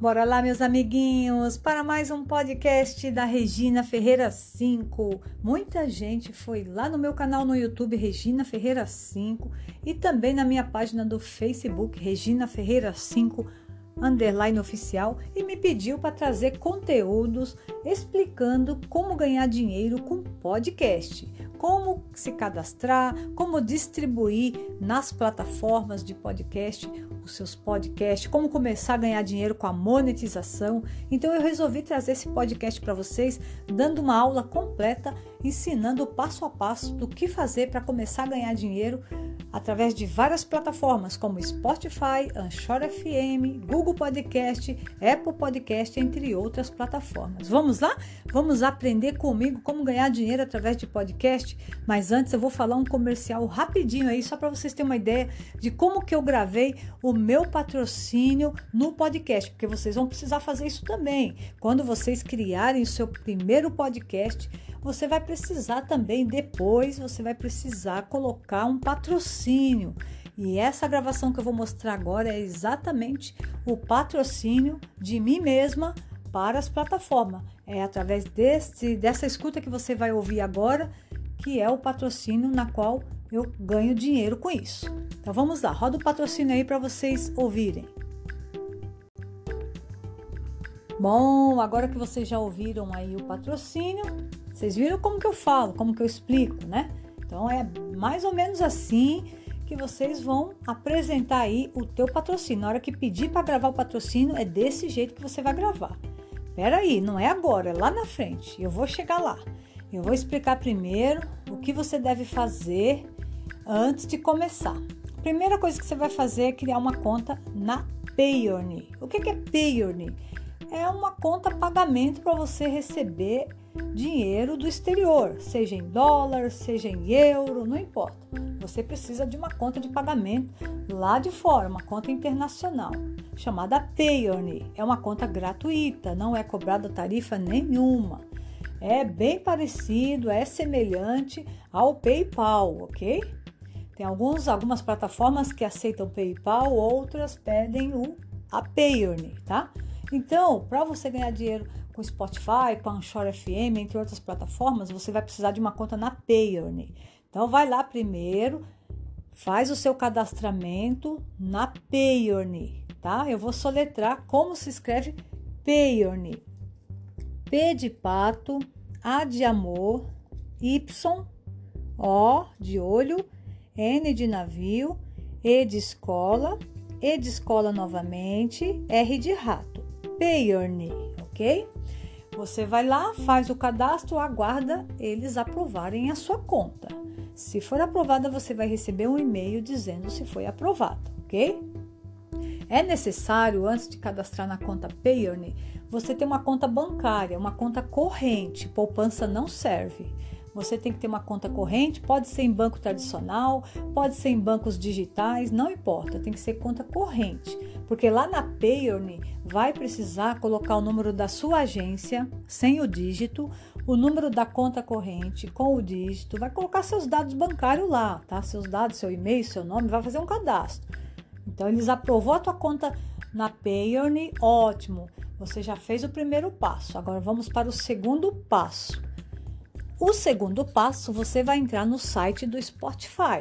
Bora lá, meus amiguinhos, para mais um podcast da Regina Ferreira 5. Muita gente foi lá no meu canal no YouTube, Regina Ferreira 5, e também na minha página do Facebook, Regina Ferreira 5, _ oficial, e me pediu para trazer conteúdos explicando como ganhar dinheiro com podcast, como se cadastrar, como distribuir nas plataformas de podcast os seus podcasts, como começar a ganhar dinheiro com a monetização. Então eu resolvi trazer esse podcast para vocês, dando uma aula completa, ensinando passo a passo do que fazer para começar a ganhar dinheiro através de várias plataformas como Spotify, Anchor FM, Google Podcast, Apple Podcast, entre outras plataformas. Vamos lá? Vamos aprender comigo como ganhar dinheiro através de podcast? Mas antes eu vou falar um comercial rapidinho aí, só para vocês terem uma ideia de como que eu gravei o meu patrocínio no podcast, porque vocês vão precisar fazer isso também. Quando vocês criarem o seu primeiro podcast, você vai precisar também, depois você vai precisar colocar um patrocínio. E essa gravação que eu vou mostrar agora é exatamente o patrocínio de mim mesma para as plataformas. É através dessa escuta que você vai ouvir agora, que é o patrocínio na qual eu ganho dinheiro com isso. Então vamos lá, roda o patrocínio aí para vocês ouvirem. Bom, agora que vocês já ouviram aí o patrocínio, vocês viram como que eu falo, como que eu explico, né? Então é mais ou menos assim que vocês vão apresentar aí o teu patrocínio. Na hora que pedir para gravar o patrocínio, é desse jeito que você vai gravar. Espera aí, não é agora, é lá na frente. Eu vou chegar lá. Eu vou explicar primeiro o que você deve fazer antes de começar. A primeira coisa que você vai fazer é criar uma conta na Payeearn. O que é Payeearn? É uma conta pagamento para você receber dinheiro do exterior, seja em dólar, seja em euro, não importa. Você precisa de uma conta de pagamento lá de fora, uma conta internacional, chamada Payeearn. É uma conta gratuita, não é cobrada tarifa nenhuma. É bem parecido, é semelhante ao PayPal, ok? Tem algumas plataformas que aceitam PayPal, outras pedem a Payeearn, tá? Então, para você ganhar dinheiro com Spotify, com Anchor FM, entre outras plataformas, você vai precisar de uma conta na Payeearn. Então, vai lá primeiro, faz o seu cadastramento na Payeearn, tá? Eu vou soletrar como se escreve Payeearn. P de pato, A de amor, Y, O de olho, N de navio, E de escola novamente, R de rato. Payeearn, ok? Você vai lá, faz o cadastro, aguarda eles aprovarem a sua conta. Se for aprovada, você vai receber um e-mail dizendo se foi aprovado, ok? É necessário, antes de cadastrar na conta Payeearn, você ter uma conta bancária, uma conta corrente. Poupança não serve. Você tem que ter uma conta corrente, pode ser em banco tradicional, pode ser em bancos digitais, não importa, tem que ser conta corrente. Porque lá na Payeearn vai precisar colocar o número da sua agência, sem o dígito, o número da conta corrente com o dígito, vai colocar seus dados bancários lá, tá? Seus dados, seu e-mail, seu nome, vai fazer um cadastro. Então, eles aprovou a tua conta na Payeearn, ótimo, você já fez o primeiro passo. Agora, vamos para o segundo passo. O segundo passo, você vai entrar no site do Spotify,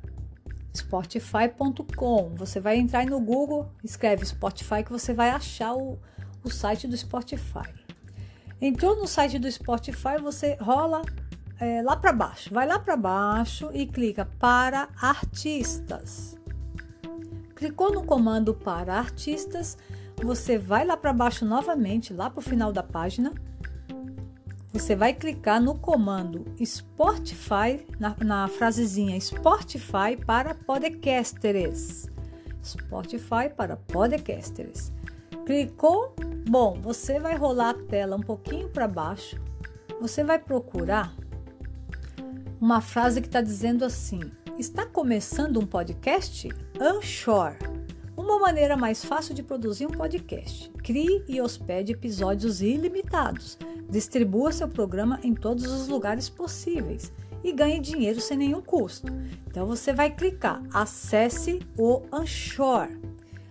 spotify.com. Você vai entrar no Google, escreve Spotify que você vai achar o site do Spotify. Entrou no site do Spotify, você rola lá para baixo. Vai lá para baixo e clica para artistas. Clicou no comando para artistas, você vai lá para baixo novamente, lá para o final da página. Você vai clicar no comando Spotify, na frasezinha Spotify para podcasters. Spotify para podcasters. Clicou? Bom, você vai rolar a tela um pouquinho para baixo. Você vai procurar uma frase que está dizendo assim: está começando um podcast? Anchor. Uma maneira mais fácil de produzir um podcast. Crie e hospede episódios ilimitados. Distribua seu programa em todos os lugares possíveis e ganhe dinheiro sem nenhum custo. Então você vai clicar, acesse o Anchor.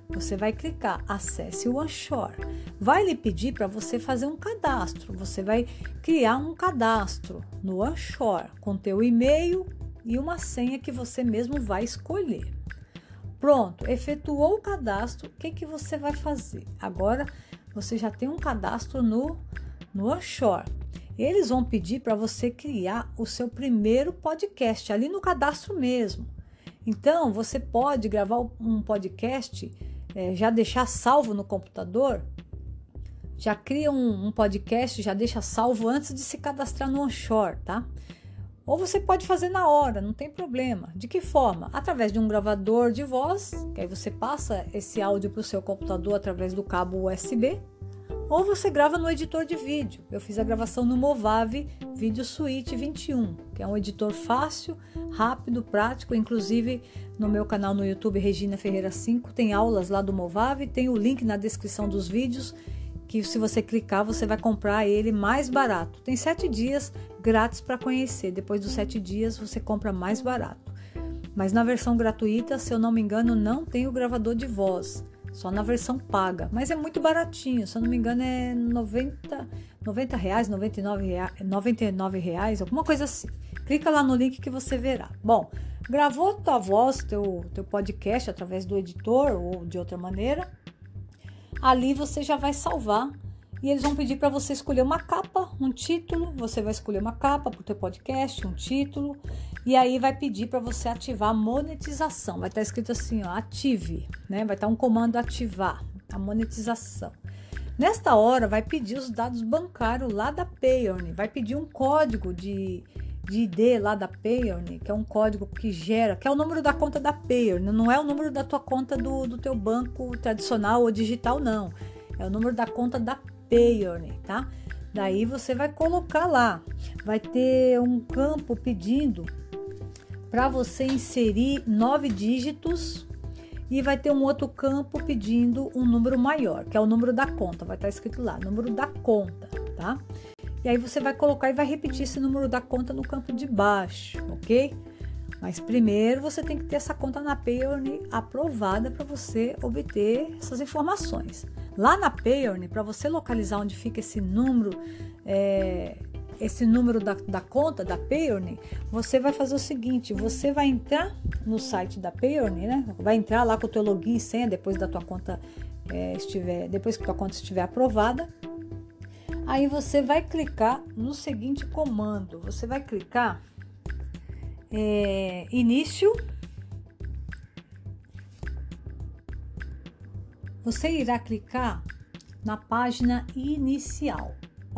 você vai clicar acesse o Anchor. Vai lhe pedir para você fazer um cadastro. Você vai criar um cadastro no Anchor com teu e-mail e uma senha que você mesmo vai escolher. Pronto, efetuou o cadastro, o que você vai fazer? Agora você já tem um cadastro no Anchor. Eles vão pedir para você criar o seu primeiro podcast ali no cadastro mesmo. Então, você pode gravar um podcast, já deixar salvo no computador, já cria um podcast, já deixa salvo antes de se cadastrar no Anchor, tá? Ou você pode fazer na hora, não tem problema. De que forma? Através de um gravador de voz, que aí você passa esse áudio para o seu computador através do cabo USB, ou você grava no editor de vídeo. Eu fiz a gravação no Movavi Video Suite 21, que é um editor fácil, rápido, prático. Inclusive, no meu canal no YouTube, Regina Ferreira 5, tem aulas lá do Movavi, tem o link na descrição dos vídeos, que se você clicar, você vai comprar ele mais barato. Tem 7 dias grátis para conhecer. Depois dos 7 dias, você compra mais barato. Mas na versão gratuita, se eu não me engano, não tem o gravador de voz. Só na versão paga, mas é muito baratinho, se eu não me engano é R$90, R$99, alguma coisa assim. Clica lá no link que você verá. Bom, gravou tua voz, teu podcast através do editor ou de outra maneira, ali você já vai salvar e eles vão pedir para você escolher uma capa, um título. Você vai escolher uma capa para o teu podcast, um título, e aí vai pedir para você ativar a monetização. Vai estar escrito assim, ó, ative, né? Vai estar um comando ativar a monetização. Nesta hora vai pedir os dados bancários lá da Payeearn, vai pedir um código de ID lá da Payeearn, que é um código que gera, que é o número da conta da Payeearn, não é o número da tua conta do teu banco tradicional ou digital, não. É o número da conta da Payeearn, tá? Daí você vai colocar lá, vai ter um campo pedindo para você inserir 9 dígitos e vai ter um outro campo pedindo um número maior, que é o número da conta, vai estar escrito lá, número da conta, tá? E aí você vai colocar e vai repetir esse número da conta no campo de baixo, ok? Mas primeiro você tem que ter essa conta na Payeearn aprovada para você obter essas informações. Lá na Payeearn, para você localizar onde fica esse número da conta da Payeearn, você vai fazer o seguinte, você vai entrar no site da Payeearn, né? Vai entrar lá com o teu login e senha depois da tua conta depois que tua conta estiver aprovada. Aí você vai clicar no seguinte comando, você vai clicar início. Você irá clicar na página inicial.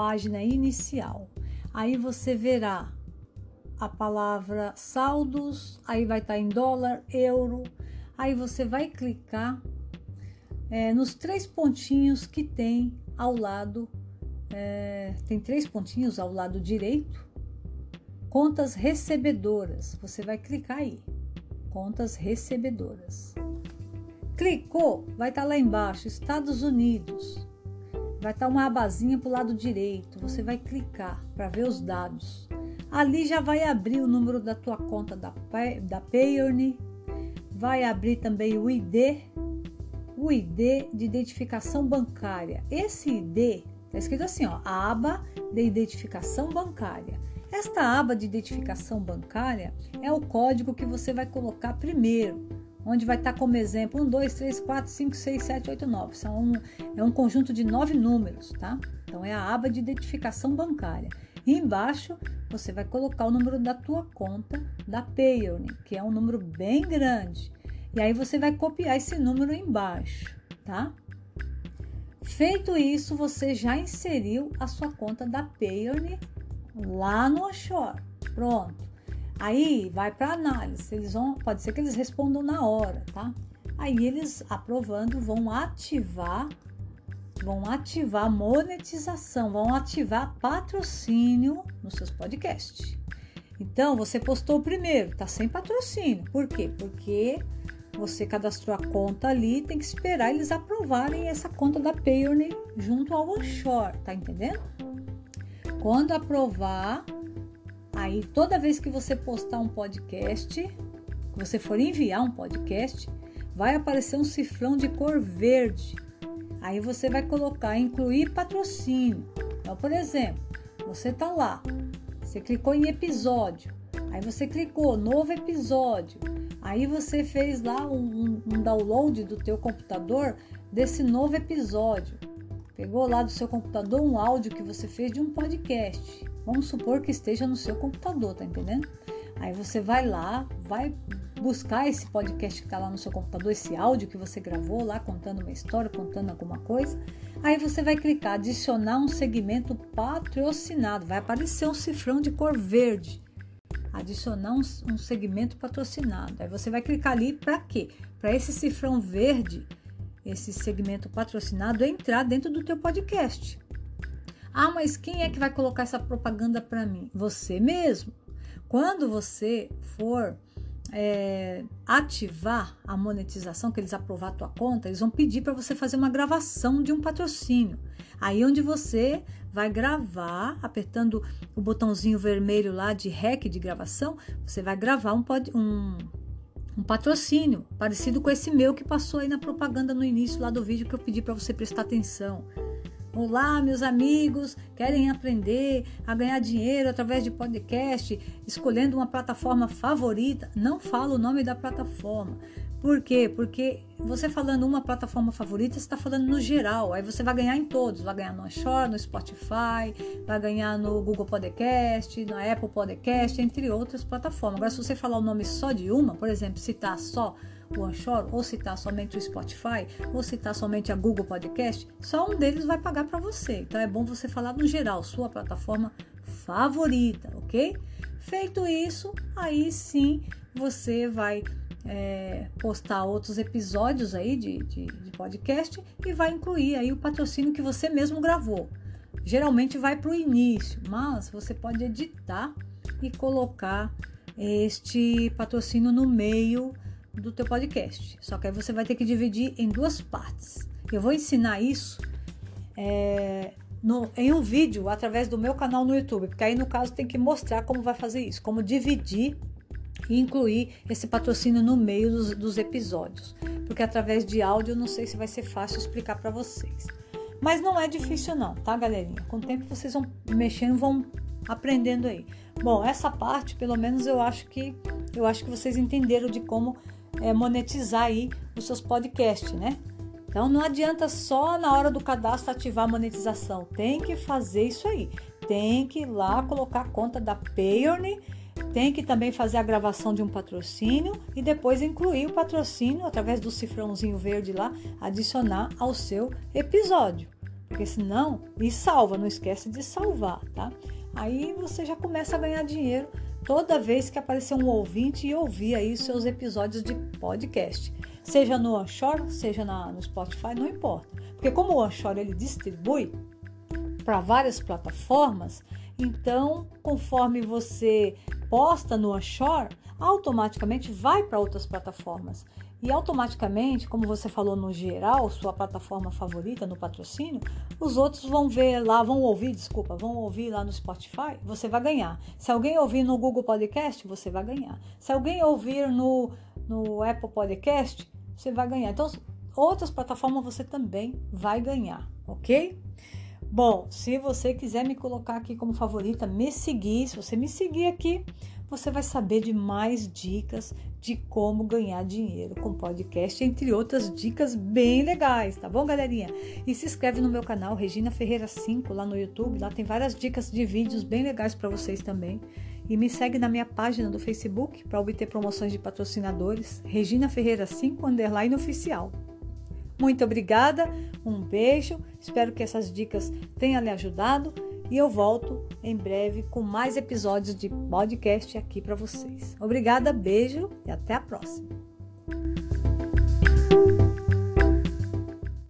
Aí você verá a palavra saldos, aí vai estar em dólar, euro. Aí você vai clicar nos 3 pontinhos que tem ao lado. Tem 3 pontinhos ao lado direito. Contas recebedoras. Você vai clicar aí. Contas recebedoras. Clicou, vai estar lá embaixo, Estados Unidos. Vai estar uma abazinha para o lado direito. Você vai clicar para ver os dados. Ali já vai abrir o número da tua conta da Payeearn. Vai abrir também o ID de identificação bancária. Esse ID está escrito assim, ó, a aba de identificação bancária. Esta aba de identificação bancária é o código que você vai colocar primeiro, onde vai estar como exemplo 1, 2, 3, 4, 5, 6, 7, 8, 9. É um conjunto de 9 números, tá? Então é a aba de identificação bancária. E embaixo você vai colocar o número da tua conta da Payeearn, que é um número bem grande. E aí você vai copiar esse número embaixo, tá? Feito isso, você já inseriu a sua conta da Payeearn lá no Anchor. Pronto. Aí vai para análise. Pode ser que eles respondam na hora, tá? Aí eles aprovando vão ativar a monetização, vão ativar patrocínio nos seus podcasts. Então, você postou o primeiro, tá sem patrocínio. Por quê? Porque você cadastrou a conta ali, tem que esperar eles aprovarem essa conta da Payeearn junto ao Anchor, tá entendendo? Quando aprovar, aí toda vez que você postar um podcast, você for enviar um podcast, vai aparecer um cifrão de cor verde. Aí você vai colocar incluir patrocínio. Então, por exemplo, você está lá, você clicou em episódio, aí você clicou novo episódio, aí você fez lá um download do teu computador desse novo episódio. Pegou lá do seu computador um áudio que você fez de um podcast. Vamos supor que esteja no seu computador, tá entendendo? Aí você vai lá, vai buscar esse podcast que está lá no seu computador, esse áudio que você gravou lá, contando uma história, contando alguma coisa. Aí você vai clicar, adicionar um segmento patrocinado. Vai aparecer um cifrão de cor verde. Adicionar um segmento patrocinado. Aí você vai clicar ali para quê? Para esse cifrão verde, esse segmento patrocinado, entrar dentro do teu podcast. Ah, mas quem é que vai colocar essa propaganda para mim? Você mesmo. Quando você for ativar a monetização, que eles aprovar a tua conta, eles vão pedir para você fazer uma gravação de um patrocínio. Aí onde você vai gravar, apertando o botãozinho vermelho lá de REC de gravação, você vai gravar um patrocínio, parecido com esse meu que passou aí na propaganda no início lá do vídeo que eu pedi para você prestar atenção. Olá, meus amigos, querem aprender a ganhar dinheiro através de podcast, escolhendo uma plataforma favorita? Não fala o nome da plataforma. Por quê? Porque você falando uma plataforma favorita, você está falando no geral. Aí você vai ganhar em todos. Vai ganhar no Anchor, no Spotify, vai ganhar no Google Podcast, no Apple Podcast, entre outras plataformas. Agora, se você falar o nome só de uma, por exemplo, citar só o Anchor, ou citar somente o Spotify, ou citar somente a Google Podcast, só um deles vai pagar para você. Então é bom você falar no geral, sua plataforma favorita, ok? Feito isso, aí sim você vai postar outros episódios aí de podcast e vai incluir aí o patrocínio que você mesmo gravou. Geralmente vai para o início, mas você pode editar e colocar este patrocínio no meio do teu podcast. Só que aí você vai ter que dividir em duas partes. Eu vou ensinar isso em um vídeo através do meu canal no YouTube, porque aí no caso tem que mostrar como vai fazer isso, como dividir e incluir esse patrocínio no meio dos episódios, porque através de áudio eu não sei se vai ser fácil explicar para vocês, mas não é difícil não, tá, galerinha? Com o tempo vocês vão mexendo, vão aprendendo aí. Bom, essa parte pelo menos eu acho que vocês entenderam de como monetizar aí os seus podcasts, né? Então não adianta só na hora do cadastro ativar a monetização, tem que fazer isso aí, tem que ir lá colocar a conta da Payorny, tem que também fazer a gravação de um patrocínio e depois incluir o patrocínio através do cifrãozinho verde lá, adicionar ao seu episódio, porque senão, e salva, não esquece de salvar, tá? Aí você já começa a ganhar dinheiro toda vez que aparecer um ouvinte e ouvir aí os seus episódios de podcast. Seja no Anchor, seja no Spotify, não importa. Porque como o Anchor ele distribui para várias plataformas, então conforme você posta no Anchor, automaticamente vai para outras plataformas. E automaticamente, como você falou no geral, sua plataforma favorita no patrocínio, os outros vão ouvir lá no Spotify, você vai ganhar. Se alguém ouvir no Google Podcast, você vai ganhar. Se alguém ouvir no Apple Podcast, você vai ganhar. Então, outras plataformas você também vai ganhar, ok? Bom, se você quiser me colocar aqui como favorita, me seguir, se você me seguir aqui, você vai saber de mais dicas de como ganhar dinheiro com podcast, entre outras dicas bem legais, tá bom, galerinha? E se inscreve no meu canal, Regina Ferreira 5, lá no YouTube, lá tem várias dicas de vídeos bem legais para vocês também. E me segue na minha página do Facebook para obter promoções de patrocinadores, Regina Ferreira 5, _oficial. Muito obrigada, um beijo, espero que essas dicas tenham lhe ajudado e eu volto em breve com mais episódios de podcast aqui para vocês. Obrigada, beijo e até a próxima.